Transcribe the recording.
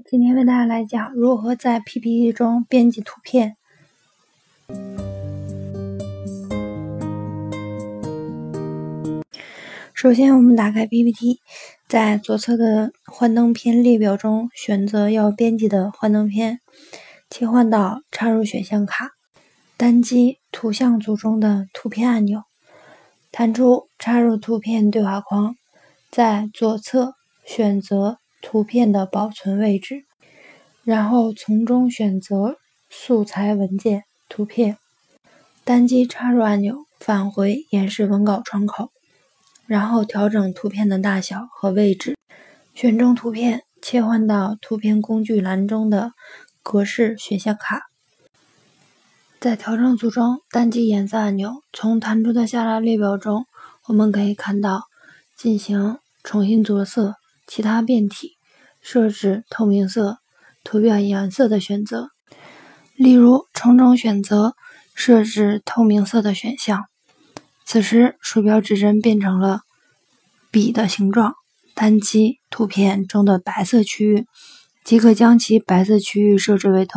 今天为大家来讲如何在 PPT 中编辑图片。首先我们打开 PPT， 在左侧的幻灯片列表中选择要编辑的幻灯片，切换到插入选项卡，单击图像组中的图片按钮，弹出插入图片对话框，在左侧选择图片的保存位置，然后从中选择素材文件图片，单击插入按钮返回演示文稿窗口，然后调整图片的大小和位置，选中图片，切换到图片工具栏中的格式选项卡，在调整组中单击颜色按钮，从弹出的下拉列表中我们可以看到进行重新着色、其他变体、设置透明色、图表颜色的选择。例如从中选择设置透明色的选项，此时鼠标指针变成了笔的形状，单击图片中的白色区域即可将其白色区域设置为透明。